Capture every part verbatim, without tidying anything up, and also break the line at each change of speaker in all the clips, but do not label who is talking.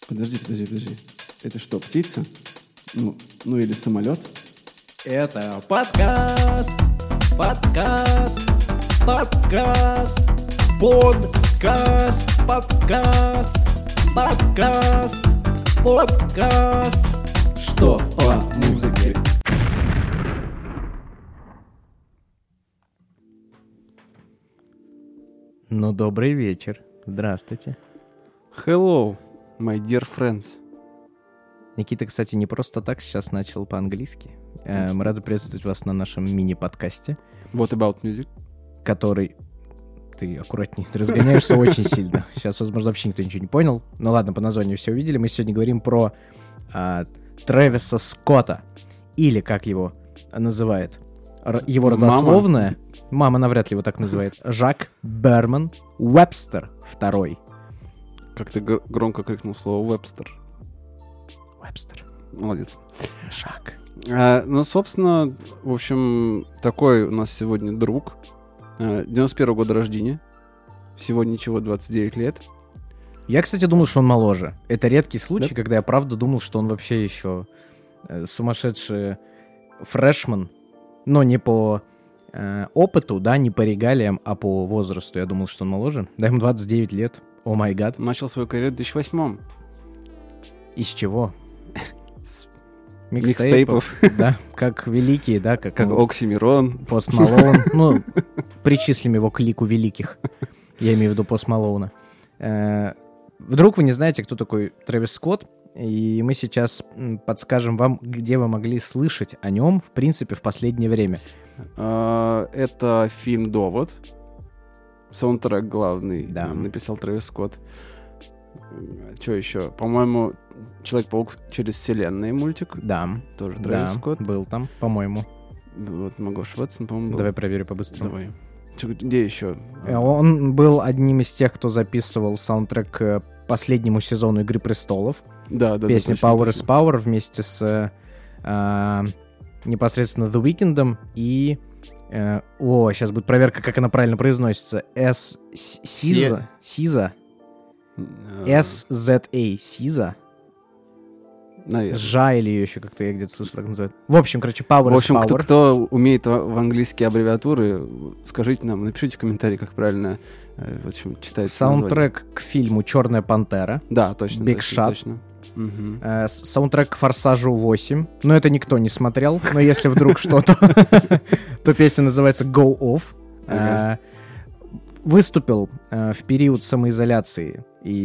Подожди, подожди, подожди. Это что, птица? Ну, ну или самолет?
Это подкаст, подкаст, подкаст, подкаст, подкаст, подкаст, подкаст. Что по музыке? Ну, добрый вечер. Здравствуйте.
Hello, my dear friends.
Никита, кстати, не просто так сейчас начал по-английски. Э, мы рады приветствовать вас на нашем мини-подкасте.
What about music?
Который... Ты аккуратнее, ты разгоняешься очень сильно. Сейчас, возможно, вообще никто ничего не понял. Ну ладно, по названию все увидели. Мы сегодня говорим про а, Трэвиса Скотта. Или, как его называет, р- его родословная. Мама. Мама навряд ли его так называет. Жак Берман Уэбстер второй.
Как ты гр- громко крикнул слово «Вебстер».
Вебстер.
Молодец.
Жак.
А, ну, собственно, в общем, такой у нас сегодня друг. девяносто первого года рождения. Всего ничего, двадцать девять лет.
Я, кстати, думал, что он моложе. Это редкий случай,
Да?
когда я правда думал, что он вообще еще э, сумасшедший фрешман, но не по э, опыту, да, не по регалиям, а по возрасту. Я думал, что он моложе. Да, ему двадцать девять лет. О май гад.
Начал свою карьеру в две тысячи восьмом.
Из чего?
С
Микстейпов. Да, как великие, да, как,
Как
ну,
Оксимирон.
Пост Малоун. Ну, причислим его к лику великих. Я имею в виду Пост Малоуна. Э, Вдруг вы не знаете, кто такой Трэвис Скотт, и мы сейчас м, подскажем вам, где вы могли слышать о нем, в принципе, в последнее время.
А, Это фильм «Довод». Саундтрек главный
Да.
написал Трэвис Скотт. Что еще? По-моему, «Человек-паук через вселенные» мультик.
Да,
Тоже Трэвис
да,
Скотт.
был там, по-моему.
Вот, могу ошибаться, но, по-моему, был.
Давай проверю по-быстрому.
Давай. Чё, где еще?
Э, Он был одним из тех, кто записывал саундтрек к последнему сезону «Игры престолов».
Да, да,
Песня
да, точно,
Power
точно.
is Power вместе с э, непосредственно The Weeknd'ом и... э, о, сейчас будет проверка, как она правильно произносится. S... Сиза? Сиза?
Э,
эс зет эй. Сиза?
Наверное.
Жа или ее еще как-то я где-то слышал, так называют. В общем, короче, Power
В общем,
is
кто,
Power.
кто умеет в в английские аббревиатуры, скажите нам, напишите в комментарии, как правильно э, в общем, читается название.
Саундтрек к фильму «Черная пантера».
Да, точно.
Big
точно,
Shot.
точно. Мгм.
Э, с- Саундтрек к «Форсажу восемь». Но это никто не смотрел. Но если вдруг что-то, то песня называется «Go Off». Э, Выступил э, в период самоизоляции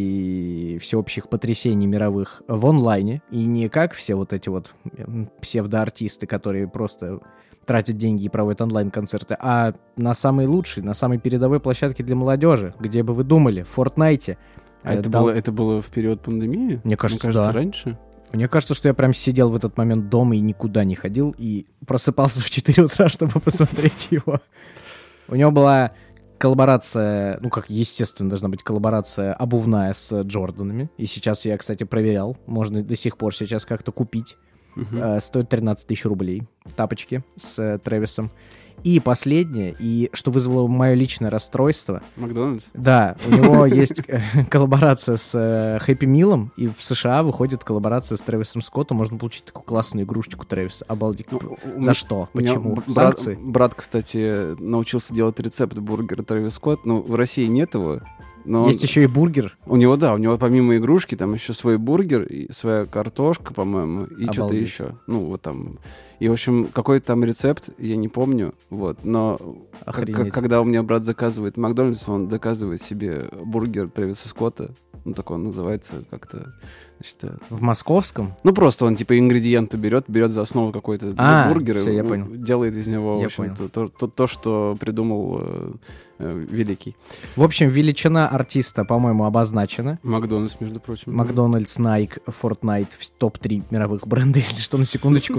и всеобщих потрясений мировых в онлайне. И не как все вот эти вот м, псевдоартисты, которые просто тратят деньги и проводят онлайн-концерты, а на самой лучшей, на самой передовой площадке для молодежи, где бы вы думали, в Фортнайте.
А
Э,
это,
дал-
было, это было в период пандемии?
Мне кажется,
Мне кажется,
да.
раньше.
Мне кажется, что я прям сидел в этот момент дома и никуда не ходил, и просыпался в четыре утра, чтобы посмотреть его. У него была коллаборация, ну, как естественно, должна быть коллаборация обувная с Джорданами. И сейчас я, кстати, проверял. Можно до сих пор сейчас как-то купить.
Мгм.
Э, стоит тринадцать тысяч рублей. Тапочки с э, Трэвисом. И последнее, и что вызвало мое личное расстройство.
Макдональдс?
Да, у него есть э, коллаборация с э, Хэппи Милом, и в США выходит коллаборация с Трэвисом Скоттом. Можно получить такую классную игрушечку Трэвиса. Обалдеть.
Ну, у
За
меня-
что?
у меня
Почему?
б- брат,
Санкции?
брат, кстати, научился делать рецепт бургера Трэвис Скотт. Ну, в России нет его. Но
Есть
он-
еще и бургер.
У него, да, у него помимо игрушки там еще свой бургер, и своя картошка, по-моему, и что-то
Обалдеть.
еще. Ну, вот там. И, в общем, какой-то там рецепт, я не помню, вот. Но к-
Охренеть.
к- когда у меня брат заказывает Макдональдс, он заказывает себе бургер Трэвиса Скотта. Ну, так он называется как-то, значит, э,
В московском?
ну, просто он, типа, ингредиенты берет, берет за основу какой-то
А,
бургер,
всё, я
и
понял.
делает из него, в
Я
общем-то, то, то, то, что придумал э, э, великий.
В общем, величина артиста, по-моему, обозначена.
Макдональдс, между прочим.
Макдональдс, Nike, Fortnite, в топ три мировых бренда, если что, на секундочку.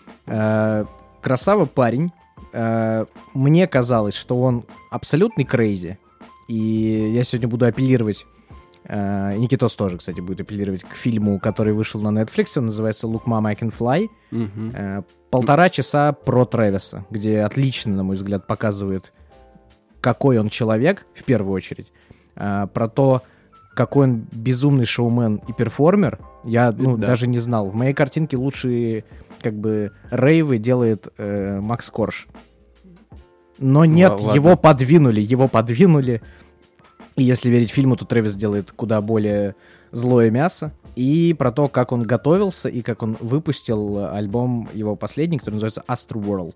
Э, Красава парень. Э, Мне казалось, что он абсолютный крейзи. И я сегодня буду апеллировать, э, Никитос тоже, кстати, будет апеллировать к фильму, который вышел на Netflix, он называется «Look, Mama, I Can Fly».
Мгм.
Э, Полтора часа про Трэвиса, где отлично, на мой взгляд, показывает, какой он человек, в первую очередь, э, про то, какой он безумный шоумен и перформер, я ну,
Да.
даже не знал. В моей картинке лучшие как бы рейвы делает э, Макс Корж. Но нет,
Ладно.
его подвинули, его подвинули. И если верить фильму, то Трэвис делает куда более злое мясо. И про то, как он готовился и как он выпустил альбом его последний, который называется Astroworld.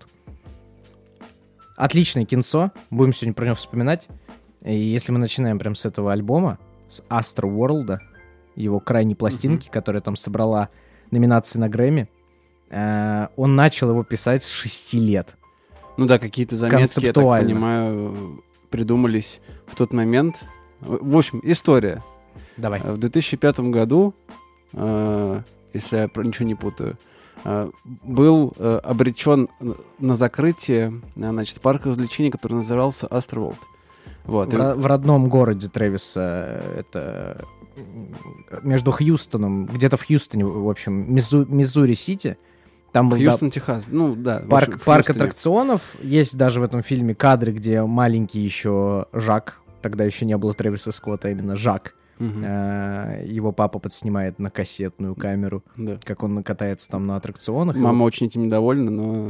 Отличное кинцо, будем сегодня про него вспоминать. И если мы начинаем прям с этого альбома, с Astroworld, его крайней пластинки, mm-hmm. которая там собрала номинации на Грэмми, э, он начал его писать с шести лет.
Ну да, какие-то заметки, я так понимаю, придумались в тот момент. В общем, история.
Давай.
В две тысячи пятом году, э, если я ничего не путаю, э, был э, обречен на закрытие, значит, парк развлечений, который назывался Astroworld. Вот.
В, в родном городе Трэвиса, это между Хьюстоном, где-то в Хьюстоне, в общем, Мизу, Миссури-Сити. Там был,
Хьюстон,
да,
Техас. Ну, да.
Парк,
общем,
парк аттракционов. Есть даже в этом фильме кадры, где маленький еще Жак, тогда еще не было Трэвиса Скотта, а именно Жак. Угу. Э, его папа подснимает на кассетную камеру, да. как он катается там на аттракционах.
Мама
его...
очень этим недовольна, но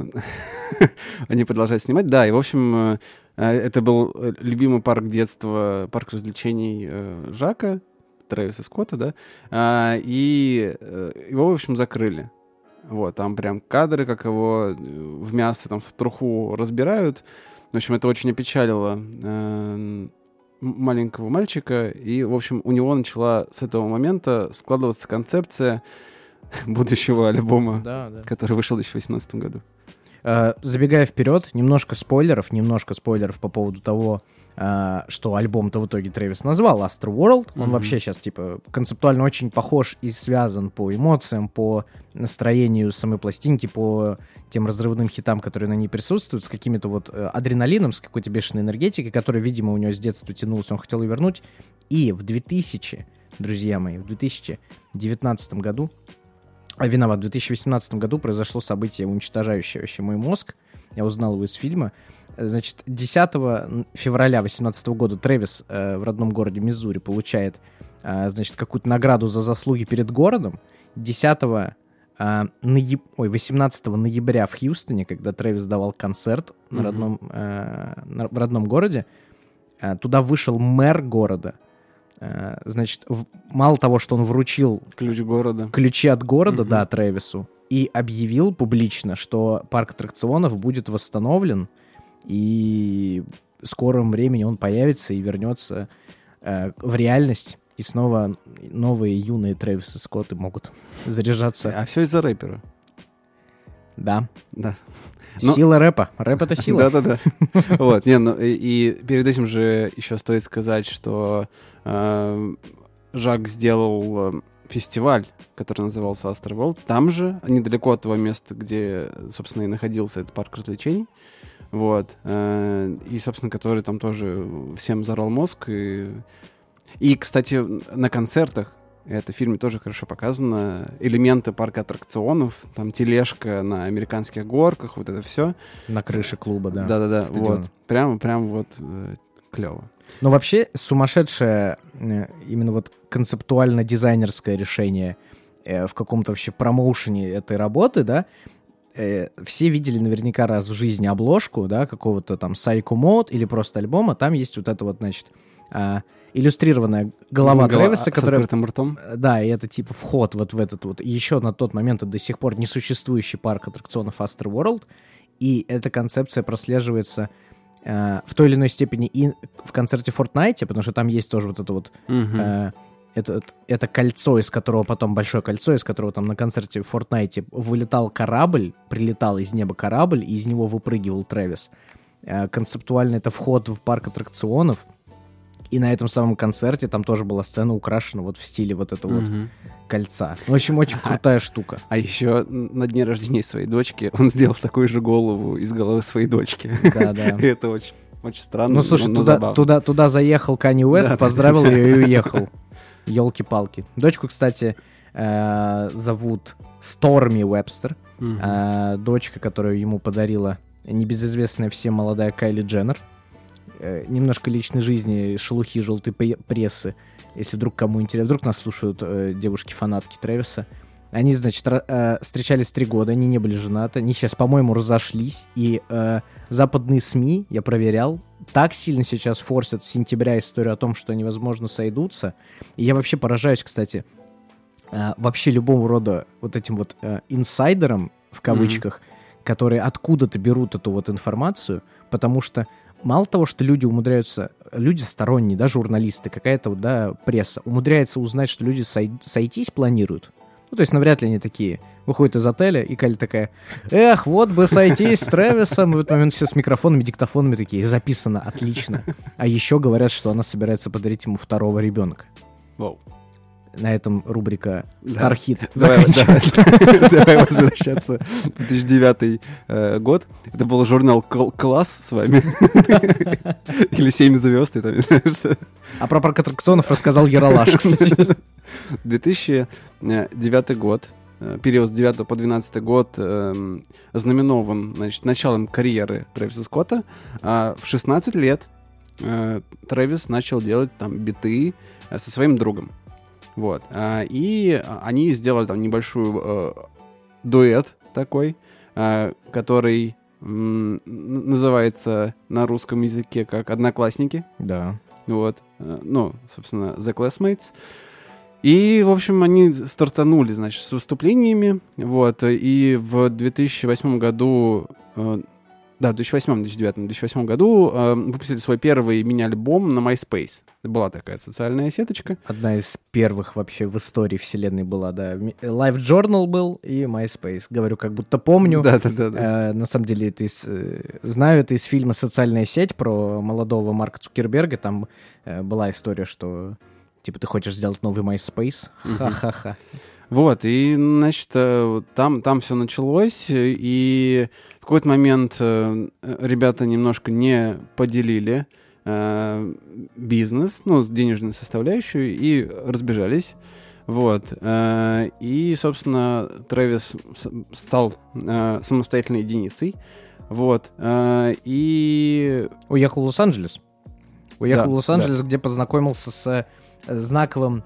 они продолжают снимать. Да, и, в общем, это был любимый парк детства, парк развлечений Жака, Трэвиса Скотта, да, и его, в общем, закрыли. Вот, там прям кадры, как его в мясо, там, в труху разбирают. В общем, это очень опечалило э, маленького мальчика. И, в общем, у него начала с этого момента складываться концепция будущего альбома, да, да. который вышел в две тысячи восемнадцатом году.
Э, забегая вперед, немножко спойлеров, немножко спойлеров по поводу того, Uh, что альбом-то в итоге Трэвис назвал Astroworld. Он mm-hmm. вообще сейчас, типа, концептуально очень похож и связан по эмоциям, по настроению самой пластинки, по тем разрывным хитам, которые на ней присутствуют, с каким-то вот uh, адреналином, с какой-то бешеной энергетикой, которая, видимо, у него с детства тянулась, он хотел ее вернуть. И в двухтысячном, друзья мои, в две тысячи девятнадцатом году, а виноват, в две тысячи восемнадцатом году произошло событие, уничтожающее вообще мой мозг. Я узнал его из фильма. Значит, десятого февраля две тысячи восемнадцатого года Трэвис э, в родном городе Миссури получает, э, значит, какую-то награду за заслуги перед городом. десятого, э, нояб... Ой, восемнадцатого ноября в Хьюстоне, когда Трэвис давал концерт mm-hmm. на родном, э, на, в родном городе, э, туда вышел мэр города. Э, значит, в... мало того, что он вручил
ключ города.
ключи от города,
mm-hmm.
да, Трэвису, и объявил публично, что парк аттракционов будет восстановлен, и в скором времени он появится и вернется э, в реальность, и снова новые юные Трэвисы Скотты могут заряжаться.
А все из-за рэпера.
Да.
Да.
Но... Сила рэпа. Рэп — это сила.
Да-да-да. Вот, не, ну и перед этим же еще стоит сказать, что Жак сделал фестиваль, который назывался Astroworld, там же, недалеко от того места, где, собственно, и находился этот парк развлечений. Вот. И, собственно, который там тоже всем взорвал мозг. И, и кстати, на концертах, это в фильме тоже хорошо показано, элементы парка аттракционов, там тележка на американских горках, вот это все.
На крыше клуба, да.
Да-да-да, вот. Прямо, прям вот э, клево.
Но вообще сумасшедшее э, именно вот концептуально-дизайнерское решение э, в каком-то вообще промоушене этой работы, да, все видели наверняка раз в жизни обложку, да, какого-то там Psycho Mode или просто альбома, там есть вот это вот, значит, а, иллюстрированная голова
Голова
Трэвиса, которая...
с открытым ртом.
Да, и это типа вход вот в этот вот, еще на тот момент до сих пор несуществующий парк аттракционов Astroworld, и эта концепция прослеживается а, в той или иной степени и в концерте Fortnite, потому что там есть тоже вот это вот...
Угу.
А, Это, это кольцо, из которого потом, большое кольцо, из которого там на концерте в Fortnite вылетал корабль, прилетал из неба корабль, и из него выпрыгивал Трэвис. Концептуально это вход в парк аттракционов, и на этом самом концерте там тоже была сцена украшена вот в стиле вот этого mm-hmm. вот кольца. В общем, очень крутая
а,
штука.
А еще на дне рождения своей дочки он сделал такую же голову из головы своей дочки.
Да-да.
Это очень, очень странно,
ну, слушай,
но,
туда,
но
туда, туда заехал Канье Уэст,
да,
поздравил
да.
ее и уехал. Ёлки-палки. Дочку, кстати, э, зовут Сторми Уэбстер.
Mm-hmm.
Э, дочка, которую ему подарила небезызвестная всем молодая Кайли Дженнер. Э, немножко личной жизни, шелухи желтой прессы если вдруг кому интересно, вдруг нас слушают э, девушки-фанатки Трэвиса. Они, значит, э, встречались три года, они не были женаты, они сейчас, по-моему, разошлись, и э, западные СМИ, я проверял, так сильно сейчас форсят с сентября историю о том, что они, возможно, сойдутся. И я вообще поражаюсь, кстати, э, вообще любого рода вот этим вот э, инсайдерам, в кавычках, mm-hmm. которые откуда-то берут эту вот информацию, потому что мало того, что люди умудряются, люди сторонние, да, журналисты, какая-то вот, да, пресса, умудряется узнать, что люди сой- сойтись планируют. Ну, то есть, навряд ли они такие выходят из отеля, и Кали такая: эх, вот бы сойтись с Трэвисом. И в этот момент все с микрофонами, диктофонами такие: записано, отлично. А еще говорят, что она собирается подарить ему второго ребенка.
Вау.
На этом рубрика «Стархит»
да.
заканчивается.
Давай, давай возвращаться в две тысячи девятый э, год. Это был журнал «Класс» с вами. Или «Семь звезд». И там,
а про парк аттракционов рассказал Ералаш, кстати.
две тысячи девятый год, период с девятого по двенадцатый год, э, знаменован, значит, началом карьеры Трэвиса Скотта. А в шестнадцать лет э, Трэвис начал делать там биты э, со своим другом. Вот. А, и они сделали там небольшую э, дуэт такой, э, который м, называется на русском языке как «Одноклассники».
Да.
Вот. Э, ну, собственно, The Classmates. И, в общем, они стартанули, значит, с выступлениями. Вот. И в две тысячи восьмом году... Э, Да, в две тысячи восьмом, две тысячи девятом, две тысячи восьмом году э, выпустили свой первый мини-альбом на MySpace. Была такая социальная сеточка.
Одна из первых вообще в истории вселенной была, да. Live Journal был и MySpace. Говорю, как будто помню.
Да-да-да.
Э, на самом деле, это из, э, знаю это из фильма «Социальная сеть» про молодого Марка Цукерберга. Там э, была история, что типа ты хочешь сделать новый MySpace. Ха-ха-ха.
Вот, и, значит, там, там все началось, и в какой-то момент ребята немножко не поделили э, бизнес, ну, денежную составляющую, и разбежались. Вот. Э, и, собственно, Трэвис стал э, самостоятельной единицей. Вот. Э, и...
Уехал в Лос-Анджелес. Уехал
да,
в Лос-Анджелес,
да.
где познакомился с знаковым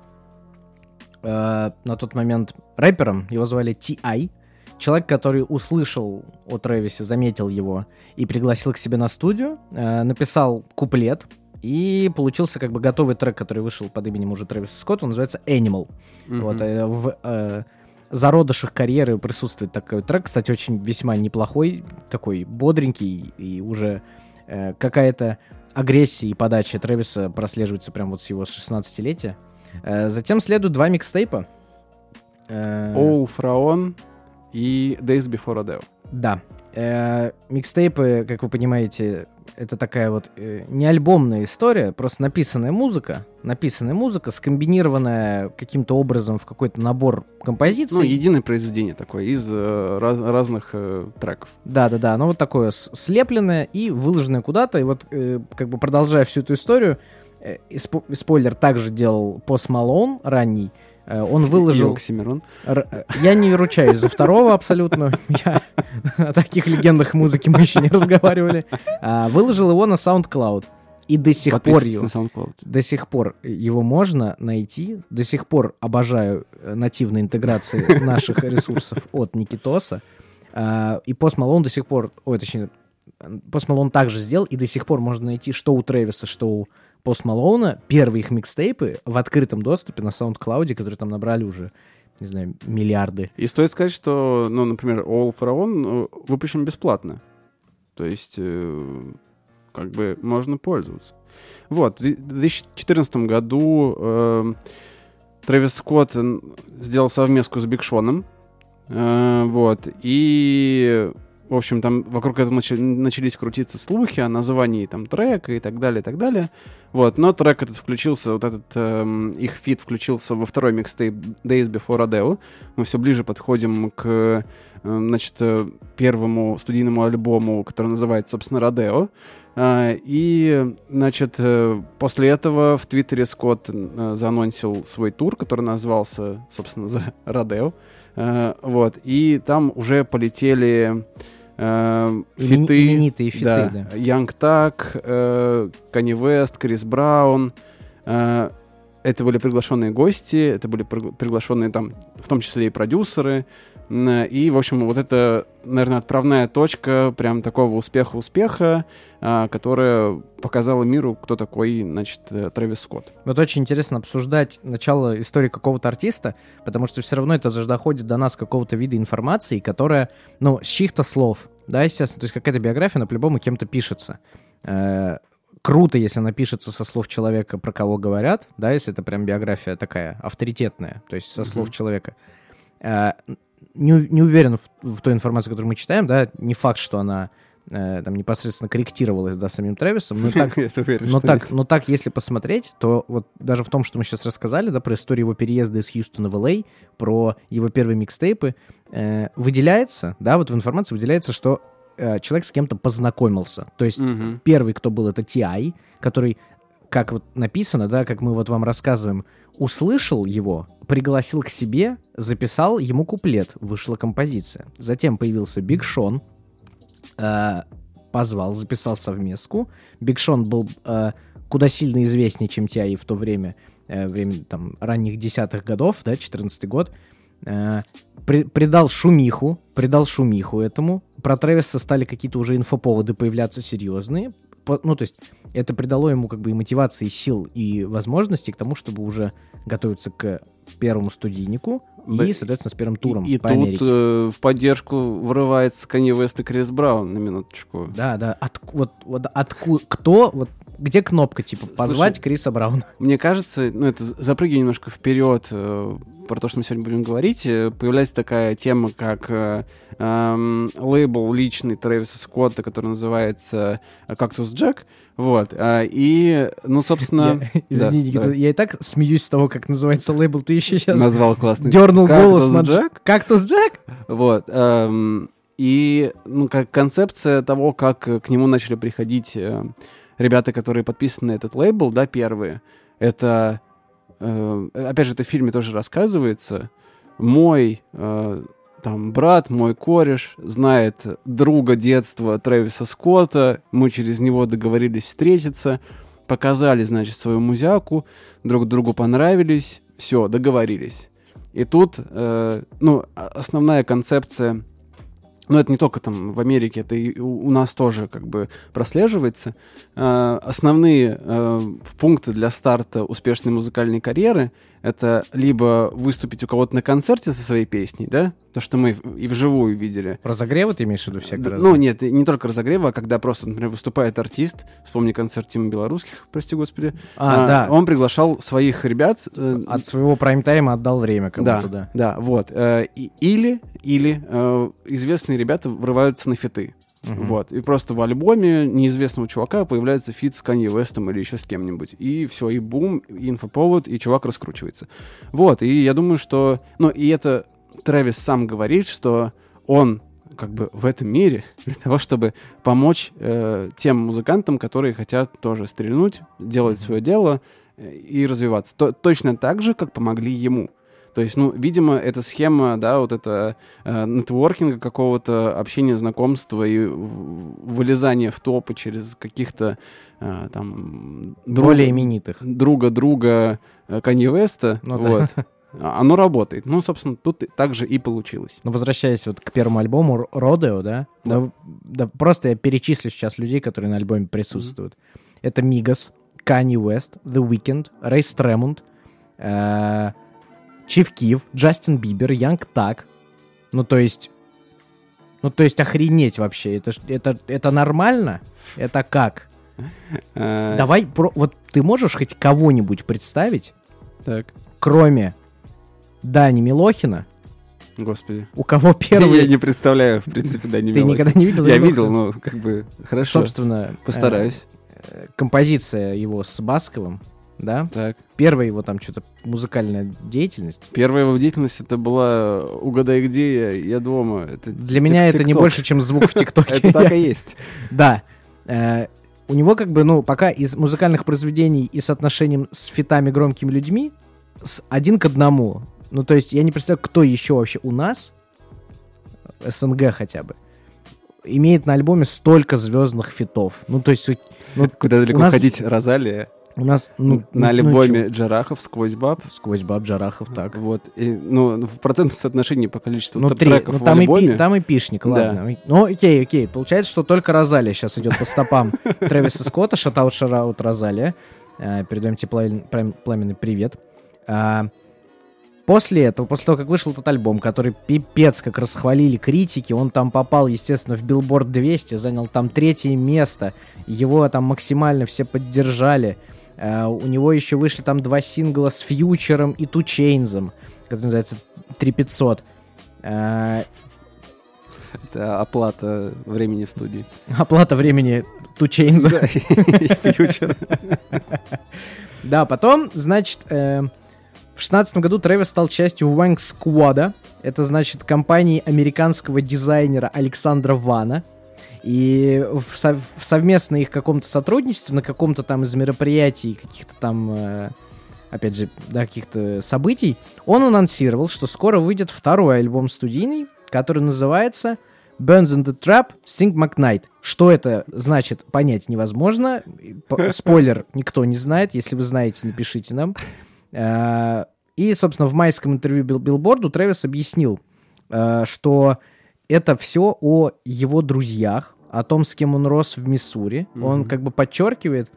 Uh, на тот момент рэпером, его звали Ти Ай, человек, который услышал о Трэвисе, заметил его и пригласил к себе на студию, uh, написал куплет, и получился как бы готовый трек, который вышел под именем уже Трэвиса Скотта, он называется «Animal». Mm-hmm. Вот, uh, в uh, зародышах карьеры присутствует такой трек, кстати, очень весьма неплохой, такой бодренький, и уже uh, какая-то агрессия и подача Трэвиса прослеживается прямо вот с его шестнадцатилетия. Затем следуют два микстейпа.
All Pharaon и Days Before Rodeo.
Да. Микстейпы, как вы понимаете, это такая вот не альбомная история, просто написанная музыка, написанная музыка, скомбинированная каким-то образом в какой-то набор композиций.
Ну, единое произведение такое из э, раз, разных э, треков.
Да-да-да, оно вот такое слепленное и выложенное куда-то, и вот э, как бы продолжая всю эту историю, спойлер, также делал Post Malone ранний. Он выложил... Р... Я не ручаюсь за второго абсолютно. Я... О таких легендах музыки мы еще не разговаривали. А, выложил его на SoundCloud. И до сих пор его... До сих пор его можно найти. До сих пор обожаю нативные интеграции наших ресурсов от Никитоса. А, и Post Malone до сих пор... Ой, точнее, Post Malone также сделал, и до сих пор можно найти что у Трэвиса, что у Post Malone, первые их микстейпы в открытом доступе на SoundCloud, которые там набрали уже, не знаю, миллиарды.
И стоит сказать, что, ну, например, All Pharaon выпущен бесплатно. То есть, э, как бы, можно пользоваться. Вот, в две тысячи четырнадцатом году э, Трэвис Скотт сделал совместку с Биг Шоном. Э, вот, и... В общем, там вокруг этого начались крутиться слухи о названии там трека и так далее, и так далее. Вот, но трек этот включился, вот этот эм, их фит включился во второй микстейп Days Before Rodeo. Мы все ближе подходим к, э, значит, первому студийному альбому, который называется, собственно, Rodeo. Э, и, значит, э, после этого в Твиттере Скотт э, заанонсил свой тур, который назывался, собственно, The Rodeo. Э, вот, и там уже полетели... Uh,
Имени-
фиты,
именитые фиты,
да.
да.
Young Thug, uh, Kanye West, Крис Браун. Uh, это были приглашенные гости, это были при- приглашенные там, в том числе и продюсеры. И, в общем, вот это, наверное, отправная точка прям такого успеха-успеха, которая показала миру, кто такой, значит, Трэвис Скотт.
Вот очень интересно обсуждать начало истории какого-то артиста, потому что все равно это же доходит до нас какого-то вида информации, которая, ну, с чьих-то слов, да, естественно, то есть какая-то биография, она по-любому кем-то пишется. Э-э- круто, если она пишется со слов человека, про кого говорят, да, если это прям биография такая авторитетная, то есть со слов mm-hmm. человека. Э-э- Не, не уверен в, в той информации, которую мы читаем, да, не факт, что она э, там непосредственно корректировалась, да, самим Трэвисом, но так, но, так, но так, если посмотреть, то вот даже в том, что мы сейчас рассказали, да, про историю его переезда из Хьюстона в Эл Эй, про его первые микстейпы, э, выделяется, да, вот в информации выделяется, что э, человек с кем-то познакомился, то есть mm-hmm. первый, кто был, это Ти Ай, который, как вот написано, да, как мы вот вам рассказываем, услышал его, пригласил к себе, записал ему куплет, вышла композиция. Затем появился Биг Шон, э, позвал, записал совместку. Биг Шон был э, куда сильно известнее, чем Ти Ай в то время, э, время там ранних десятых годов, да, четырнадцатый год. Э, при, придал шумиху, придал шумиху этому. Про Трэвиса стали какие-то уже инфоповоды появляться серьезные. Ну, то есть это придало ему как бы и мотивации, и сил, и возможностей к тому, чтобы уже готовиться к первому студийнику
да,
и, соответственно, с первым туром
и, и
по
тут
Америке.
Э, в поддержку врывается Канье Уэст и Крис Браун, на минуточку.
Да, да. От, вот, вот откуда, кто, вот где кнопка, типа, позвать Слушай, Криса Брауна?
Мне кажется, ну, это запрыгивая немножко вперед э, про то, что мы сегодня будем говорить, э, появляется такая тема, как э, э, лейбл личный Трэвиса Скотта, который называется «Кактус Джек». Вот, а, и, ну, собственно...
Я, извини, да, Никита, да. я и так смеюсь с того, как называется лейбл, ты еще сейчас...
Назвал классно.
Дернул голос на
Джек.
«Кактус Джек»?
Вот, эм, и, ну, как концепция того, как к нему начали приходить э, ребята, которые подписаны на этот лейбл, да, первые, это, э, опять же, это в фильме тоже рассказывается, мой... Э, там брат, мой кореш, знает друга детства Трэвиса Скотта, мы через него договорились встретиться, показали, значит, свою музяку, друг другу понравились, все, договорились. И тут, э, ну, основная концепция, ну, это не только там в Америке, это и у, у нас тоже как бы прослеживается, э, основные э, пункты для старта успешной музыкальной карьеры — это либо выступить у кого-то на концерте со своей песней, да, то, что мы и вживую видели.
Разогревы ты имеешь в виду всякий раз?
Ну, нет, не только разогревы, а когда просто, например, выступает артист, вспомни концерт Тима Белорусских, прости господи,
а, а, да.
он приглашал своих ребят. Э,
От своего прайм-тайма отдал время кому-то,
да.
Да,
да, вот. Э, и, или, или э, известные ребята врываются на фиты. Uh-huh. Вот. И просто в альбоме неизвестного чувака появляется фит с Канье Уэстом или еще с кем-нибудь. И все, и бум, и инфоповод, и чувак раскручивается. Вот, и я думаю, что... Ну, и это Трэвис сам говорит, что он как бы в этом мире для того, чтобы помочь э, тем музыкантам, которые хотят тоже стрельнуть, делать uh-huh. свое дело э, и развиваться. То, точно так же, как помогли ему. То есть, ну, видимо, эта схема, да, вот это э, нетворкинга какого-то, общения, знакомства и вылезания в топы через каких-то э, там...
Более друг, именитых.
Друга-друга Канье Уэста, ну, вот. Да. Оно работает. Ну, собственно, тут так же и получилось.
Ну, возвращаясь вот к первому альбому «Родео», да? Да. да? Да, просто я перечислю сейчас людей, которые на альбоме присутствуют. Mm-hmm. Это Мигос, Канье Уэст, The Weeknd, Рэй Стремонд, э- Чиф Киф, Джастин Бибер, Янг Так. Ну, то есть... Ну, то есть охренеть вообще. Это, это, это нормально? Это как? Давай, про, вот ты можешь хоть кого-нибудь представить,
так.
кроме Дани Милохина?
Господи.
У кого первый...
Я не представляю, в принципе, Дани Милохина.
Ты никогда не видел?
Я видел, но как бы хорошо.
Собственно...
Постараюсь.
Композиция его с Басковым. Да?
Так.
Первая его там что-то музыкальная деятельность.
Первая его деятельность это была «Угадай, где я, я дома». Это
Для меня это не больше, чем звук в ТикТоке.
Это так и есть.
Да. У него как бы, ну, пока из музыкальных произведений и с отношением с фитами громкими людьми один к одному. Ну, то есть я не представляю, кто еще вообще у нас, СНГ хотя бы, имеет на альбоме столько звездных фитов. Ну, то есть... Ну,
куда далеко нас... ходить, Розалия?
У нас, ну,
на
ну,
альбоме
ну,
Джарахов «Сквозь баб».
«Сквозь баб» Джарахов, так.
Вот. И, ну, в процентном соотношении по количеству
ну,
т-
три.
треков
ну,
в
там
альбоме.
И пи, там и пишник, ладно. Да. Ну, окей, окей. Получается, что только Розалия сейчас идет по стопам Трэвиса Скотта. Шатаут, шараут, Розалия. Передаем тебе пламенный привет. После этого, после того, как вышел этот альбом, который пипец как расхвалили критики, он там попал, естественно, в Billboard двести, занял там третье место, его там максимально все поддержали. Uh, у него еще вышли там два сингла с Фьючером и Two Chainz'ом, который называется три пятьсот. Uh,
Это оплата времени в студии.
Оплата времени Two Chainz'а.
Да, и Фьючер.
Да, потом, значит, э, в шестнадцатом году Трэвис стал частью Wang Squad'а. Это, значит, компании американского дизайнера Александра Вана. И в, сов- в совместно их каком-то сотрудничестве, на каком-то там из мероприятий, каких-то там, э, опять же, да, каких-то событий, он анонсировал, что скоро выйдет второй альбом студийный, который называется Burns in the Trap, Sing McKnight. Что это значит, понять невозможно. Спойлер, никто не знает. Если вы знаете, напишите нам. И, собственно, в майском интервью Billboard Трэвис объяснил, что это все о его друзьях, о том, с кем он рос в Миссури. Mm-hmm. Он как бы подчеркивает,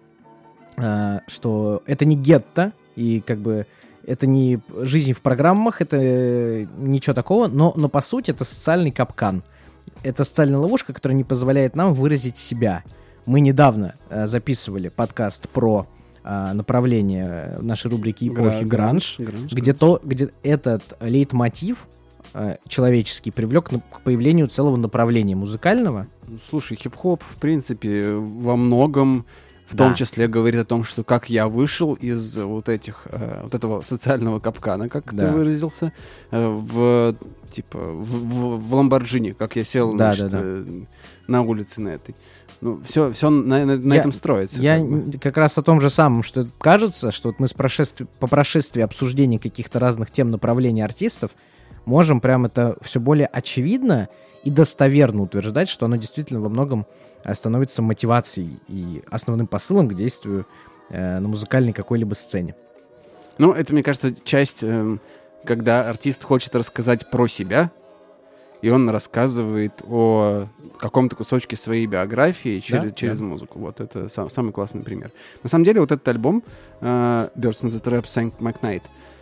что это не гетто, и как бы это не жизнь в программах, это ничего такого, но, но по сути это социальный капкан. Это социальная ловушка, которая не позволяет нам выразить себя. Мы недавно э, записывали подкаст про э, направление нашей рубрики «Эпохи Гранж», где, то, где этот лейтмотив э, человеческий привлек на, к появлению целого направления музыкального.
Слушай, хип-хоп, в принципе, во многом... В да. том числе говорит о том, что как я вышел из вот этих, э, вот этого социального капкана, как да. ты выразился, э, в типа в, в, в Ламборджини, как я сел, да, значит, да, да. Э, на улице на этой. Ну, все, все на, на, на
я,
этом строится.
Я
как бы.
как раз о том же самом, что кажется, что вот мы с прошестви, по прошествии обсуждения каких-то разных тем, направлений артистов можем прям это все более очевидно и достоверно утверждать, что оно действительно во многом становится мотивацией и основным посылом к действию э, на музыкальной какой-либо сцене.
Ну, это, мне кажется, часть, э, когда артист хочет рассказать про себя, и он рассказывает о каком-то кусочке своей биографии через, да, через да. музыку. Вот это сам, самый классный пример. На самом деле, вот этот альбом э, Burns in the Trap, Sing McKnight,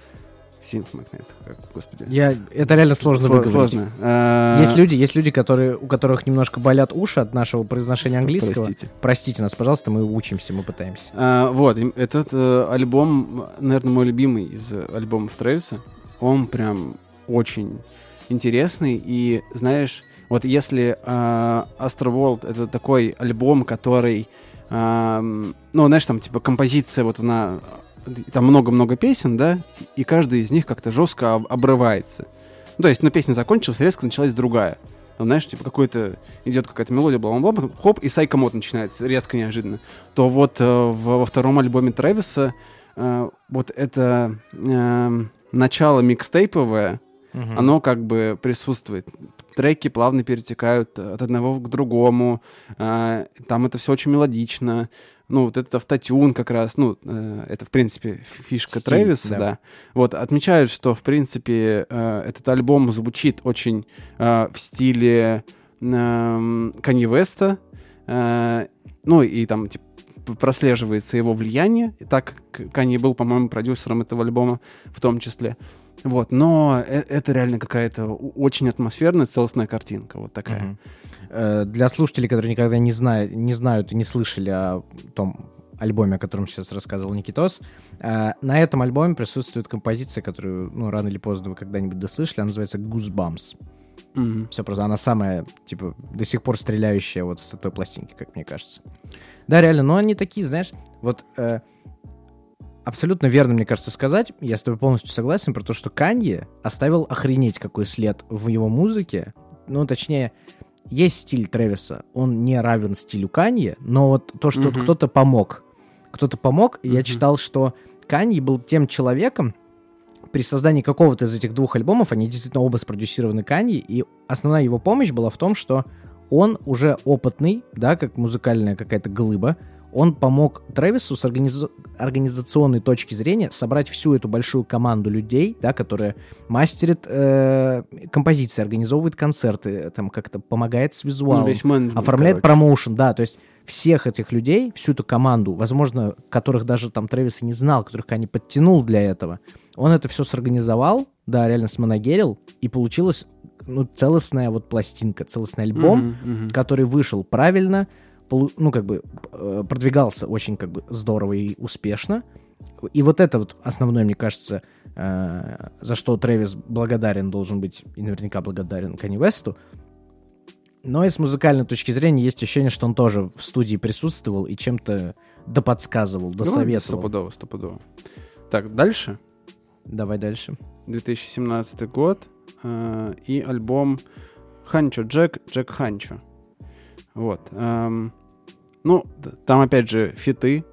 Sing McKnight, как, господи.
Я, это реально сложно
Сло-
выговорить.
Сложно. А...
Есть люди, есть люди, которые, у которых немножко болят уши от нашего произношения английского.
Простите.
Простите нас, пожалуйста, мы учимся, мы пытаемся.
А, вот, этот э, альбом, наверное, мой любимый из альбомов Трэвиса. Он прям очень интересный. И, знаешь, вот если э, Astroworld — это такой альбом, который... Э, ну, знаешь, там, типа, композиция, вот она... Там много-много песен, да, и каждая из них как-то жестко обрывается. Ну, то есть, ну, песня закончилась, резко началась другая. Там, знаешь, типа, какой-то идет какая-то мелодия, бла-бла-бла, хоп, и сайкомод начинается, резко, неожиданно. То вот э, во втором альбоме Трэвиса э, вот это э, начало микстейповое, uh-huh. оно как бы присутствует. Треки плавно перетекают от одного к другому. Э, там это все очень мелодично. Ну, вот этот автотюн как раз, ну, э, это, в принципе, фишка Стиль, Трэвиса, да. да. Вот, отмечают, что, в принципе, э, этот альбом звучит очень э, в стиле э, Канье Уэста, э, ну, и там, типа, прослеживается его влияние, и так как Канье был, по-моему, продюсером этого альбома в том числе. Вот, но это реально какая-то очень атмосферная, целостная картинка, вот такая.
Uh-huh. Для слушателей, которые никогда не знают, не знают и не слышали о том альбоме, о котором сейчас рассказывал Никитос, на этом альбоме присутствует композиция, которую, ну, рано или поздно вы когда-нибудь дослышали, она называется Goosebumps. Mm-hmm. Все просто, она самая, типа, до сих пор стреляющая вот с той пластинки, как мне кажется. Да, реально, но они такие, знаешь, вот э, абсолютно верно, мне кажется, сказать, я с тобой полностью согласен про то, что Канье оставил охренеть какой след в его музыке, ну, точнее, есть стиль Трэвиса, он не равен стилю Канье, но вот то, что mm-hmm. кто-то помог, кто-то помог, и mm-hmm. я читал, что Канье был тем человеком, при создании какого-то из этих двух альбомов, они действительно оба спродюсированы Канье, и основная его помощь была в том, что он уже опытный, да, как музыкальная какая-то глыба, он помог Трэвису с организ... организационной точки зрения собрать всю эту большую команду людей, да, которая мастерит э, композиции, организовывает концерты, там как-то помогает с визуалом,
ну, весь менеджмент,
оформляет
короче.
промоушен, да, то есть всех этих людей, всю эту команду, возможно, которых даже там Трэвис и не знал, которых они подтянул для этого, он это все сорганизовал, да, реально сманагерил, и получилась, ну, целостная вот пластинка, целостный альбом,
Mm-hmm, mm-hmm.
который вышел правильно, ну, как бы, продвигался очень, как бы, здорово и успешно. И вот это вот основное, мне кажется, за что Трэвис благодарен, должен быть, и наверняка благодарен Канье Уэсту. Но и с музыкальной точки зрения есть ощущение, что он тоже в студии присутствовал и чем-то доподсказывал, досоветовал.
Ну, стопудово, стопудово. Так, дальше.
Давай дальше.
две тысячи семнадцатый год э, и альбом Ханчо Джек, Джек Ханчо. Вот. Эм, ну, там опять же фиты.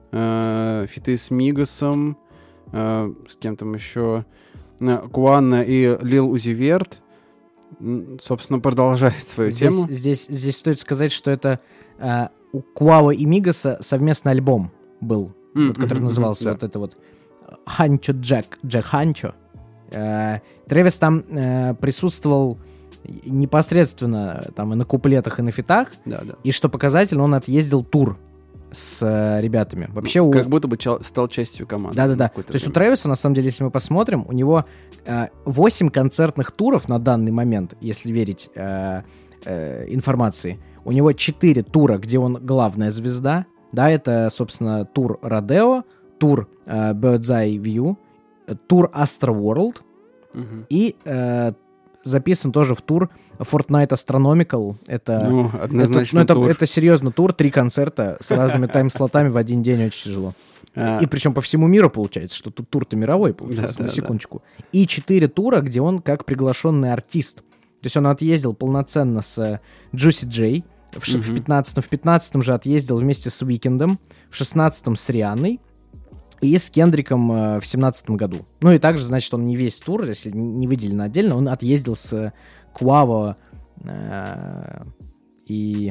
Э, фиты с Мигасом, э, с кем там еще, э, Куанна и Лил Узи Верт. Собственно, продолжает свою
здесь,
тему.
Здесь, здесь стоит сказать, что это э, у Куао и Мигаса совместный альбом был,
Mm,
вот, который
mm-hmm,
назывался
mm-hmm,
вот это вот Ханчо Джек, Джек Ханчо. Э, Трэвис там э, присутствовал непосредственно там и на куплетах, и на фитах.
Да, да.
И что показательно, он отъездил тур с э, ребятами. Вообще у...
Как будто бы ча- стал частью команды.
Да-да-да. То есть у Трэвиса, на самом деле, если мы посмотрим, у него э, восемь концертных туров на данный момент, если верить э, э, информации. У него четыре тура, где он главная звезда. Да, это, собственно, тур Родео, тур э, Bird's Eye View, тур Astro World
Угу.
и э, записан тоже в тур Fortnite Astronomical. Это,
Ну, однозначно
это, ну,
тур.
это, это серьезно тур, три концерта с разными тайм-слотами в один день, очень тяжело.
А,
И причем по всему миру получается, что тут тур-то мировой получился,
Да,
на
да,
секундочку. И четыре тура, где он как приглашенный артист. То есть он отъездил полноценно с Juicy J, в, ш- в
Мгм.
пятнадцатом, в пятнадцатом же отъездил вместе с Уикендом, в шестнадцатом с Рианной и с Кендриком э, в семнадцатом году. Ну и также, значит, он не весь тур, если не выделено отдельно, он отъездил с Куаво э, и...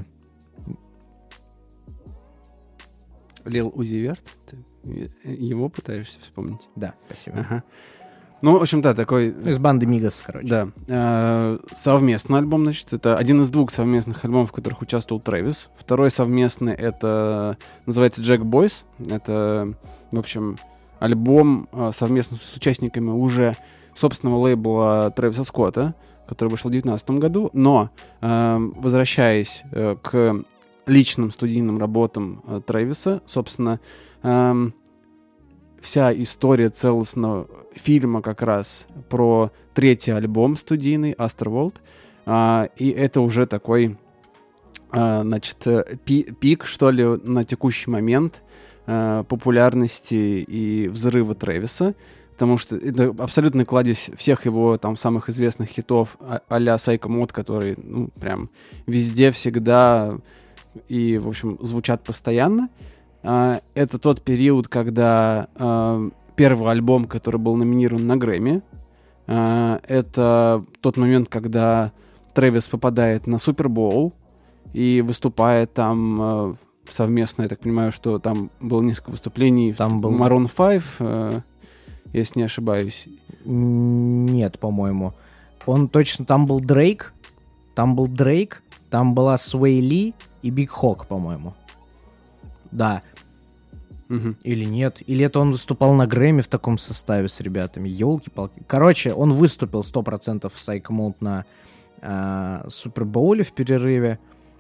Лил Узи Верт? Ты его пытаешься вспомнить?
Да, спасибо.
Ага. Ну, в общем, да, такой...
Ну, из банды Мигас, короче.
Да. Э, совместный альбом, значит, это один из двух совместных альбомов, в которых участвовал Трэвис. Второй совместный, это называется Jack Boys. Это, в общем, альбом э, совместно с участниками уже собственного лейбла Трэвиса Скотта, который вышел в две тысячи девятнадцатом году. Но, э, возвращаясь э, к личным студийным работам э, Трэвиса, собственно, э, вся история целостного фильма как раз про третий альбом студийный Astro World. А, и это уже такой, а, значит, пи- пик, что ли, на текущий момент а, популярности и взрыва Трэвиса. Потому что это абсолютно кладезь всех его там самых известных хитов а- а-ля Psycho Mode, которые, ну, прям везде, всегда и, в общем, звучат постоянно. Uh, это тот период, когда uh, первый альбом, который был номинирован на Грэмми, uh, это тот момент, когда Трэвис попадает на Супербоул и выступает там uh, совместно, я так понимаю, что там было несколько выступлений.
Там был...
Maroon пять, uh, если не ошибаюсь.
Нет, по-моему. Он точно... Там был Дрейк, там был Дрейк, там была Свей Ли и Биг Хок, по-моему. Да.
Угу.
Или нет. Или это он выступал на Грэмми в таком составе с ребятами. Ёлки-палки. Короче, он выступил сто процентов в Psycho Mode на э, Супербоуле в перерыве.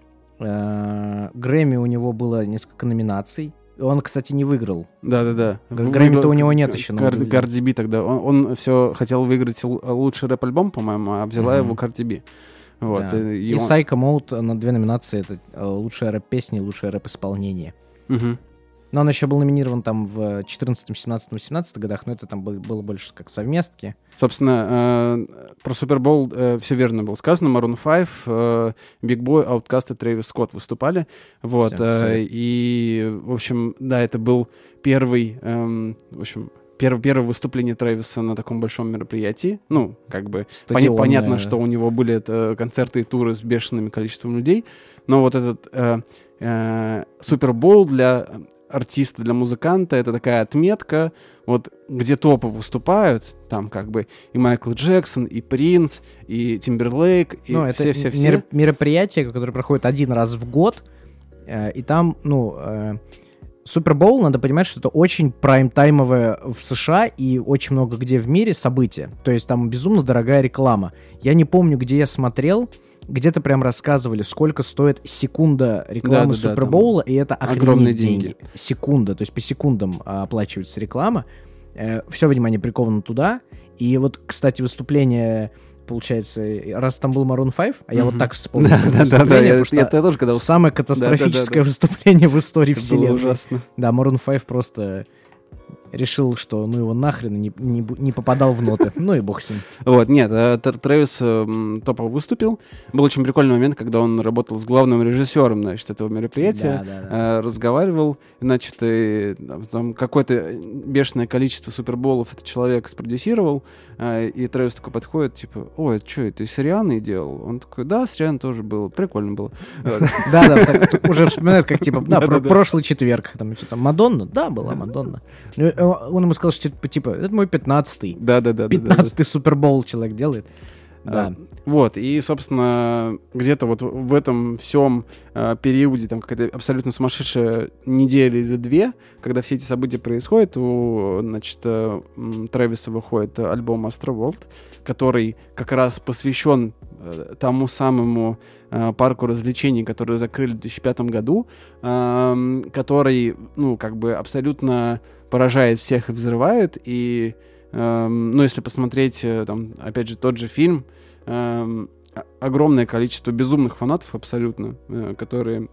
Э, Грэмми у него было несколько номинаций. Он, кстати, не выиграл.
Да-да-да.
Грэмми-то у него нет еще.
Кар- Карди Би тогда. Он, он все хотел выиграть л- лучший рэп-альбом, по-моему, а взяла
Мгм.
его Карди Би. Вот.
Да.
И,
И
он-
Psycho Mode на две номинации. Это э, лучшая рэп-песня и лучшее рэп-исполнение.
Мгм.
Но он еще был номинирован там в четырнадцатом, семнадцатом, восемнадцатом годах, но это там было, было больше как совместки.
Собственно, э, про Супербол э, все верно было сказано. Maroon пять, э, Big Boy, Outkast и Трэвис Скотт выступали. Вот.
Всё,
э,
всё.
и, в общем, да, это был первый, эм, в общем, перв, первое выступление Трэвиса на таком большом мероприятии. Ну, как бы, поня-
Стадионное.
понятно, что у него были это, концерты и туры с бешеным количеством людей. Но вот этот э, Супербоул для артиста, для музыканта — это такая отметка, вот где топы выступают, там как бы и Майкл Джексон, и Принц, и Тимберлейк, и
ну,
все-все-все.
Это мероприятие, которое проходит один раз в год, э, и там, ну, э, Супербоул, надо понимать, что это очень прайм-таймовое в США и очень много где в мире событие. То есть там безумно дорогая реклама. Я не помню, где я смотрел, где-то прям рассказывали, сколько стоит секунда рекламы да, да, Супербоула, да, и это
огромные деньги.
деньги. Секунда, то есть по секундам а, оплачивается реклама. Э, все внимание приковано туда. И вот, кстати, выступление, получается, раз там был Maroon пять, а mm-hmm. я вот так вспомнил.
Да, да, да, да, я, я тоже когда...
Самое катастрофическое да, да, да, выступление в истории
это
вселенной.
Было ужасно.
Да, Maroon пять просто... решил, что ну его нахрен не, не, не попадал в ноты. Ну и бог с ним.
Вот, нет, Трэвис топово выступил. Был очень прикольный момент, когда он работал с главным режиссером, значит, этого мероприятия, да, да, да. разговаривал, значит, и, там какое-то бешеное количество суперболов этот человек спродюсировал, и Трэвис такой подходит, типа, ой, это что, ты с Рианой делал? Он такой, да, с Рианой тоже было, прикольно было.
Да-да, уже вспоминает, как типа, да, прошлый четверг, там, что-то, Мадонна? Да, была Мадонна. Он ему сказал, что типа, это мой пятнадцатый.
Да-да-да.
пятнадцатый Супербоул человек делает. Да.
А, вот, и, собственно, где-то вот в этом всем а, периоде, там какая-то абсолютно сумасшедшая неделя или две, когда все эти события происходят, у, значит, а, Трэвиса выходит альбом Astroworld, который как раз посвящен а, тому самому а, парку развлечений, который закрыли в две тысячи пятом году, а, который, ну, как бы абсолютно поражает всех и взрывает, и эм, ну, если посмотреть, там, опять же, тот же фильм, эм, огромное количество безумных фанатов абсолютно, э, которые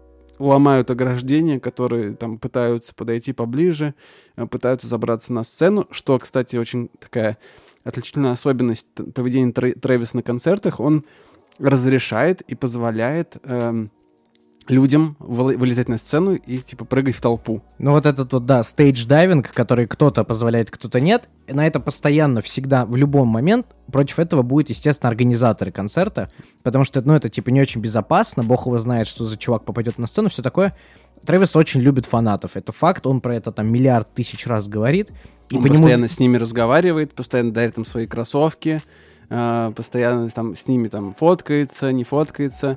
ломают ограждения, которые там пытаются подойти поближе, э, пытаются забраться на сцену, что, кстати, очень такая отличительная особенность поведения Трэ- Трэвиса на концертах, он разрешает и позволяет эм, людям вылезать на сцену и, типа, прыгать в толпу.
Ну, вот этот вот, да, стейдж-дайвинг, который кто-то позволяет, кто-то нет, на это постоянно, всегда, в любой момент против этого будут, естественно, организаторы концерта, потому что, ну, это, типа, не очень безопасно, бог его знает, что за чувак попадет на сцену, все такое. Трэвис очень любит фанатов, это факт, он про это, там, миллиард тысяч раз говорит.
И он по постоянно нему... с ними разговаривает, постоянно дарит им свои кроссовки, э, постоянно там с ними, там, фоткается, не фоткается.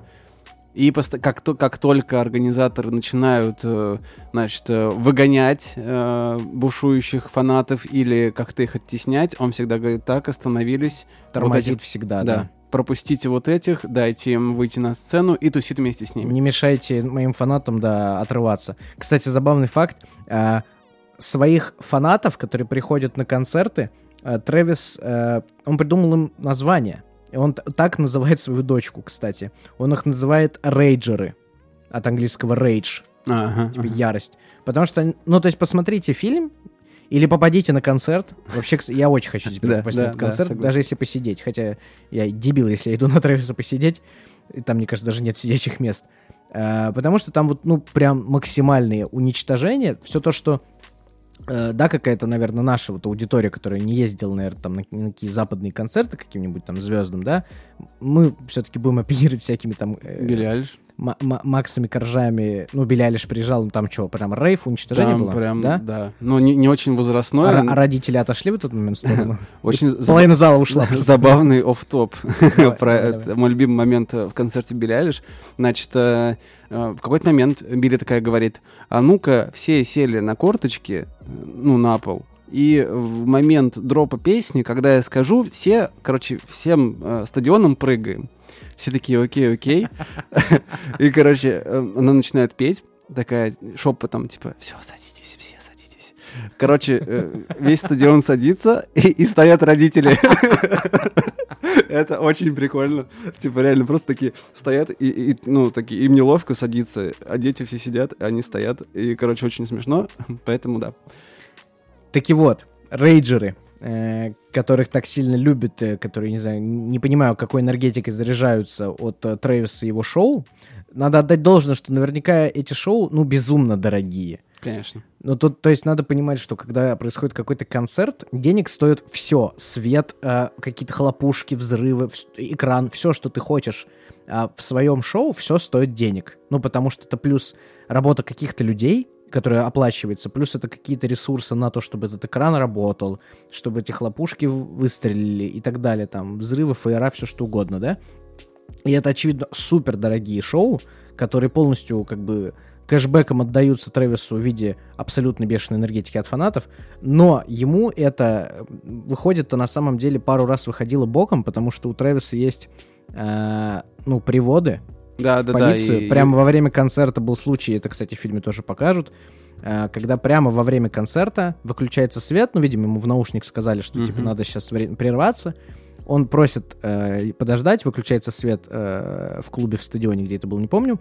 И пост- как, то, как только организаторы начинают, э, значит, э, выгонять э, бушующих фанатов или как-то их оттеснять, он всегда говорит, так, остановились.
Тормозит
вот этих,
всегда,
да.
да.
Пропустите вот этих, дайте им выйти на сцену и тусить вместе с ними.
Не мешайте моим фанатам, да, отрываться. Кстати, забавный факт. Э, своих фанатов, которые приходят на концерты, э, Трэвис, э, он придумал им название. Он т- так называет свою дочку, кстати. Он их называет рейджеры. От английского rage.
Ага,
типа
ага.
ярость. Потому что, ну, то есть посмотрите фильм или попадите на концерт. Вообще, я очень хочу теперь попасть на этот концерт, даже если посидеть. Хотя я дебил, если я иду на Трэвиса посидеть. И там, мне кажется, даже нет сидячих мест. Потому что там вот, ну, прям максимальные уничтожения. Все то, что... Да, какая-то, наверное, наша вот аудитория, которая не ездила, наверное, там на, на какие западные концерты каким-нибудь там звездам, да, мы все-таки будем апеллировать всякими там... Э,
Билли Айлиш.
М- м- Максами, Коржами. Ну, Билли Айлиш приезжал, ну там что, прям рейв, уничтожение
там
было?
Прям,
да?
да. Но не, не очень возрастной.
А, а родители отошли в этот момент в сторону?
Очень
Половина зала ушла.
Забавный офф-топ про мой любимый момент в концерте Билли Айлиш. Значит, в какой-то момент Билли такая говорит, а ну-ка, все сели на корточки, ну, на пол, и в момент дропа песни, когда я скажу, все, короче, всем э, стадионом прыгаем. Все такие, окей, окей. И, короче, она начинает петь, такая шепотом, типа, все, садитесь, все, садитесь. Короче, весь стадион садится, и, и стоят родители. Это очень прикольно. Типа, реально, просто такие стоят, и, и, ну, такие, им неловко садиться, а дети все сидят, они стоят. И, короче, очень смешно, поэтому да.
Таки вот, рейджеры, э, которых так сильно любят, э, которые, не знаю, не понимаю, какой энергетикой заряжаются от э, Трэвиса и его шоу, надо отдать должное, что наверняка эти шоу, ну, безумно дорогие.
Конечно.
Ну, тут, то есть, надо понимать, что когда происходит какой-то концерт, денег стоит все. Свет, э, какие-то хлопушки, взрывы, вс- экран, все, что ты хочешь. А в своем шоу все стоит денег. Ну, потому что это плюс работа каких-то людей, которая оплачивается, плюс это какие-то ресурсы на то, чтобы этот экран работал, чтобы эти хлопушки выстрелили и так далее. Там взрывы, фейера, все что угодно, да? И это, очевидно, супер дорогие шоу, которые полностью, как бы, кэшбэком отдаются Трэвису в виде абсолютно бешеной энергетики от фанатов, но ему это выходит-то на самом деле пару раз выходило боком, потому что у Трэвиса есть, э, ну, приводы
да,
в
да,
полицию.
Да, и...
Прямо во время концерта был случай, это, кстати, в фильме тоже покажут, э, когда прямо во время концерта выключается свет, ну, видимо, ему в наушник сказали, что, uh-huh. типа, надо сейчас вре- прерваться. Он просит э, подождать, выключается свет э, в клубе, в стадионе, где это было, не помню.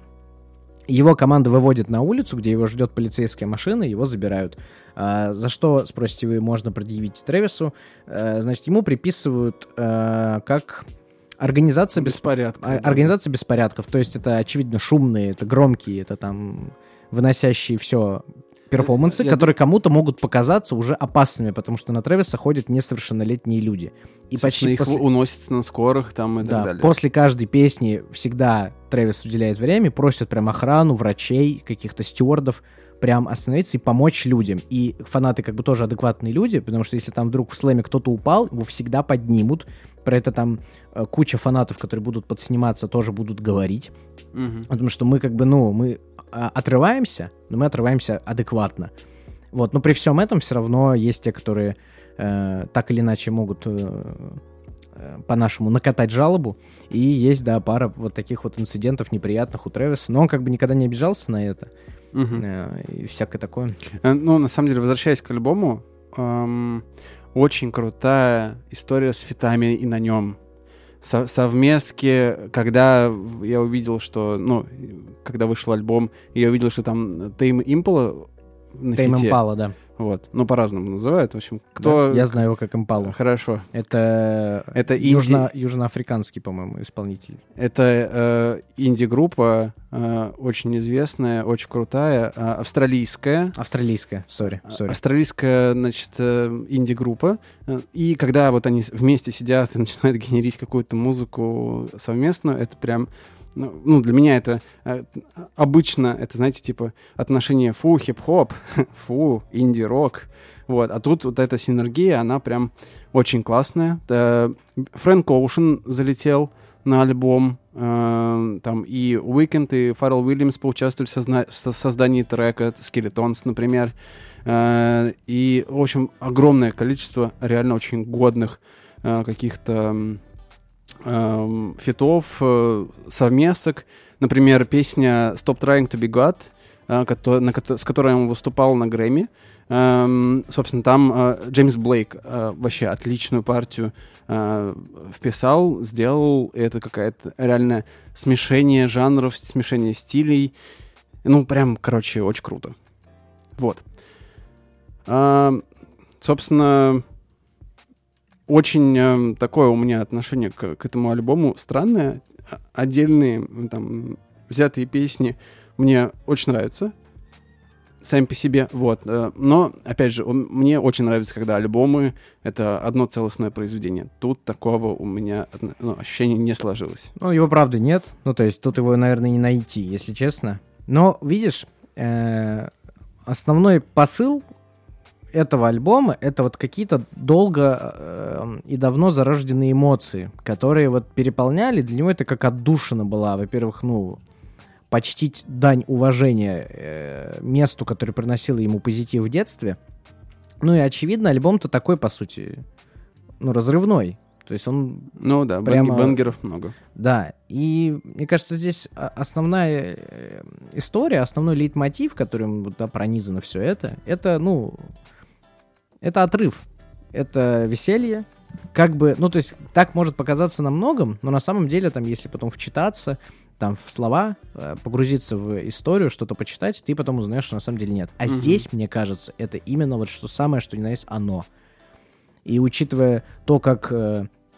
Его команда выводит на улицу, где его ждет полицейская машина, и его забирают. А, за что, спросите вы, можно предъявить Трэвису? А, значит, ему приписывают а, как организация
беспорядков.
Бесп... Организация беспорядков. То есть это, очевидно, шумные, это громкие, это там выносящие все перформансы, я, которые я... кому-то могут показаться уже опасными, потому что на Трэвиса ходят несовершеннолетние люди. И почти
их
после...
уносят на скорых там и
да,
так далее.
После каждой песни всегда Трэвис уделяет время, просит прям охрану, врачей, каких-то стюардов прям остановиться и помочь людям. И фанаты как бы тоже адекватные люди, потому что если там вдруг в слэме кто-то упал, его всегда поднимут. Про это там э, куча фанатов, которые будут подсниматься, тоже будут говорить.
Угу.
Потому что мы как бы, ну, мы а, отрываемся, но мы отрываемся адекватно. Вот, но при всем этом все равно есть те, которые э, так или иначе могут э, э, по-нашему накатать жалобу. И есть, да, пара вот таких вот инцидентов неприятных у Трэвиса. Но он как бы никогда не обижался на это.
Угу.
Э, и всякое такое.
Ну, на самом деле, возвращаясь к альбому, эм, очень крутая история с фитами и на нем. Со- совместки, когда я увидел, что, ну, когда вышел альбом, я увидел, что там Тейм Импала на
Тейм
фите.
Импала, да.
Вот. Ну, по-разному называют. В общем, кто...
Да, я знаю его как Импалу.
Хорошо.
Это,
это
южно...
инди...
южноафриканский, по-моему, исполнитель.
Это э, инди-группа, э, очень известная, очень крутая, э, австралийская.
Австралийская, сори.
Австралийская, значит, э, инди-группа. И когда вот они вместе сидят и начинают генерить какую-то музыку совместную, это прям... Ну, для меня это э, обычно, это, знаете, типа отношение фу, хип-хоп, фу, инди-рок. Вот. А тут вот эта синергия, она прям очень классная. Э, Фрэнк Оушен залетел на альбом. Э, там и Уикенд, и Фаррелл Уильямс поучаствовали в, созна- в создании трека, Skeletons, например. Э, и, в общем, огромное количество реально очень годных э, каких-то... фитов, совместок. Например, песня Stop Trying to Be God, с которой он выступал на Грэмми. Собственно, там Джеймс Блейк вообще отличную партию вписал, сделал. Это какое-то реально смешение жанров, смешение стилей. Ну, прям, короче, очень круто. Вот. Собственно... Очень э, такое у меня отношение к, к этому альбому странное. Отдельные там взятые песни мне очень нравятся. Сами по себе, вот. Э, но, опять же, он, мне очень нравится, когда альбомы — это одно целостное произведение. Тут такого у меня ну, ощущения не сложилось.
Ну, его правда нет. Ну, то есть тут его, наверное, не найти, если честно. Но, видишь, э, основной посыл этого альбома — это вот какие-то долго э, и давно зарожденные эмоции, которые вот переполняли. Для него это как отдушина была. Во-первых, ну, почтить дань уважения э, месту, которое приносило ему позитив в детстве. Ну и, очевидно, альбом-то такой, по сути, ну, разрывной. То есть он...
Ну да,
прямо...
бенгеров много.
Да, и мне кажется, здесь основная история, основной лейтмотив, которым да, пронизано все это, это, ну... Это отрыв, это веселье, как бы, ну, то есть так может показаться на многом, но на самом деле, там, если потом вчитаться, там, в слова, погрузиться в историю, что-то почитать, ты потом узнаешь, что на самом деле нет. А mm-hmm. здесь, мне кажется, это именно вот что самое, что ни на есть оно. И учитывая то, как,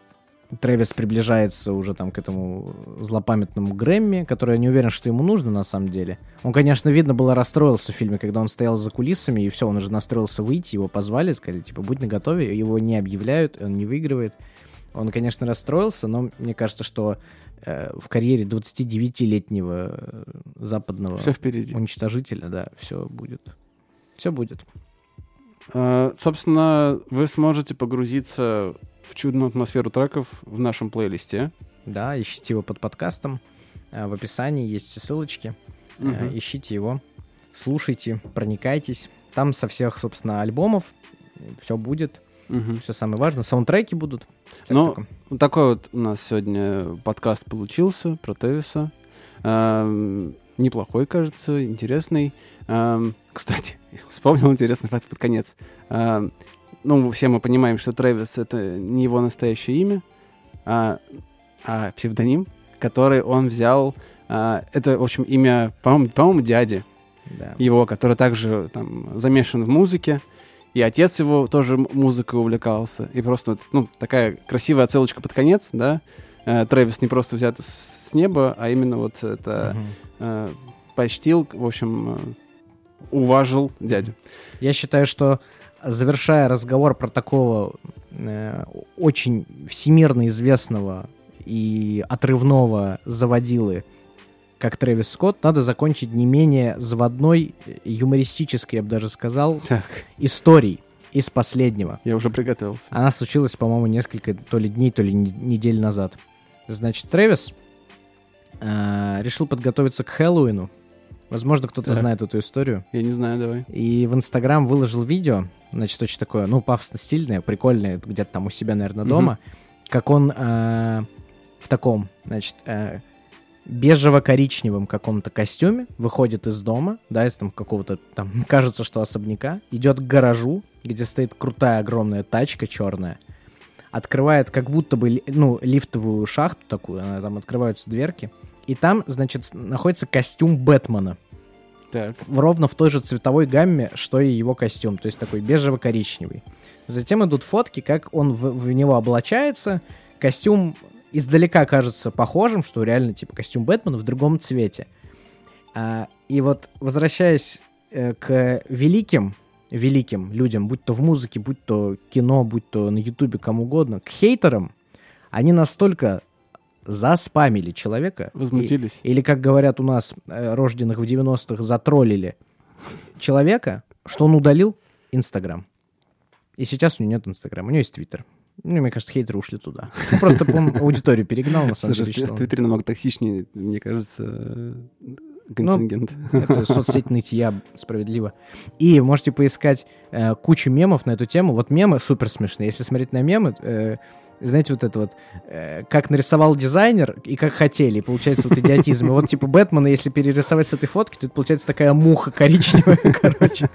Трэвис приближается уже там к этому злопамятному Грэмми, который я не уверен, что ему нужно на самом деле. Он, конечно, видно было расстроился в фильме, когда он стоял за кулисами, и все, он уже настроился выйти, его позвали, сказали, типа, будь наготове, его не объявляют, он не выигрывает. Он, конечно, расстроился, но мне кажется, что э, в карьере двадцатидевятилетнего западного
Все впереди.
уничтожителя, да, все будет. Все будет.
Uh, собственно, вы сможете погрузиться в чудную атмосферу треков в нашем плейлисте.
Да, ищите его под подкастом. В описании есть все ссылочки. Uh-huh. Ищите его, слушайте, проникайтесь. Там со всех, собственно, альбомов все будет. Uh-huh. Все самое важное. Саундтреки будут.
Ну, такое. такой вот у нас сегодня подкаст получился про Трэвиса. Uh, неплохой, кажется, интересный. Uh, кстати, вспомнил интересный факт под конец. Uh, ну, все мы понимаем, что Трэвис — это не его настоящее имя, а, а псевдоним, который он взял. А, это, в общем, имя, по-моему, по-моему дяди
да. его,
который также там замешан в музыке. И отец его тоже музыкой увлекался. И просто, ну, такая красивая отсылочка под конец, да. А, Трэвис не просто взят с, с неба, а именно вот это угу. а, почтил, в общем, уважил дядю.
Я считаю, что завершая разговор про такого э, очень всемирно известного и отрывного заводилы, как Трэвис Скотт, надо закончить не менее заводной, юмористической, я бы даже сказал,
так.
историей из последнего.
Я уже приготовился.
Она случилась, по-моему, несколько то ли дней, то ли недель назад. Значит, Трэвис э, решил подготовиться к Хэллоуину. Возможно, кто-то так. знает эту историю.
Я не знаю, давай.
И в Инстаграм выложил видео, значит, очень такое, ну, пафосно-стильное, прикольное, где-то там у себя, наверное, дома, угу. как он э, в таком, значит, э, бежево-коричневом каком-то костюме выходит из дома, да, из там какого-то, там, кажется, что особняка, идет к гаражу, где стоит крутая огромная тачка черная, открывает как будто бы, ну, лифтовую шахту такую, она, там открываются дверки, и там, значит, находится костюм Бэтмена.
Так.
Ровно в той же цветовой гамме, что и его костюм. То есть такой бежево-коричневый. Затем идут фотки, как он в, в него облачается. Костюм издалека кажется похожим, что реально типа костюм Бэтмена в другом цвете. А, и вот, возвращаясь э, к великим, великим людям, будь то в музыке, будь то кино, будь то на Ютубе, кому угодно, к хейтерам, они настолько заспамили человека.
Возмутились.
И, или, как говорят у нас, э, рожденных в девяностых, затроллили человека, что он удалил Инстаграм. И сейчас у него нет Инстаграма, у него есть Твиттер. Ну, мне кажется, хейтеры ушли туда. Ну, просто он аудиторию перегнал, на самом
деле. Слушай, в Твиттере намного токсичнее, мне кажется, контингент.
Ну, это соцсеть нытья, справедливо. И можете поискать э, кучу мемов на эту тему. Вот мемы супер смешные. Если смотреть на мемы, э, знаете, вот это вот, э, как нарисовал дизайнер и как хотели. И получается вот идиотизм. И вот типа Бэтмена, если перерисовать с этой фотки, то это получается такая муха коричневая, короче.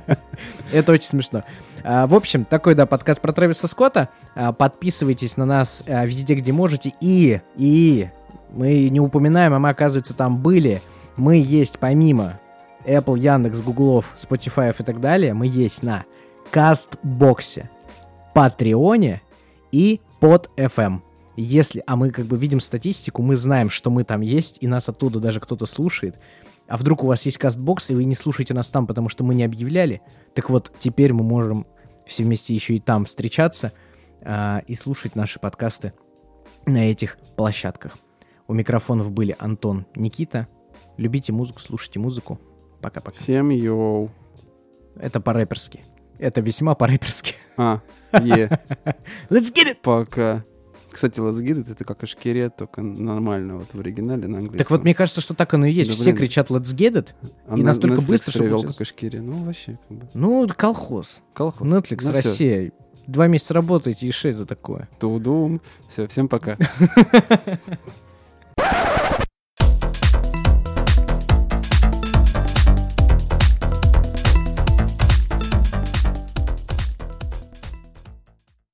Это очень смешно. А, в общем, такой, да, подкаст про Трэвиса Скотта. А, подписывайтесь на нас а, везде, где можете. И, и мы не упоминаем, а мы, оказывается, там были. Мы есть помимо Apple, Яндекс, Гуглов, Spotify и так далее. Мы есть на Кастбоксе, Патреоне и под эф эм. Если, а мы как бы видим статистику, мы знаем, что мы там есть, и нас оттуда даже кто-то слушает. А вдруг у вас есть Кастбокс, и вы не слушаете нас там, потому что мы не объявляли? Так вот, теперь мы можем все вместе еще и там встречаться а, и слушать наши подкасты на этих площадках. У микрофонов были Антон, Никита. Любите музыку, слушайте музыку. Пока-пока.
Всем йоу.
Это по-рэперски. Это весьма по-рэперски.
А, е.
Let's get it!
Пока. Кстати, Let's Get It — это как Ашкере, только нормально вот в оригинале на английском.
Так вот, мне кажется, что так оно и есть. Да, все блин. кричат Let's Get It, а и на, настолько
Netflix
быстро, что...
перевел как Ашкере. Ну, вообще, как бы.
Ну, колхоз.
Колхоз.
Netflix, ну, Россия. Все. Два месяца работаете, и что это такое?
Тудум. Все, всем пока.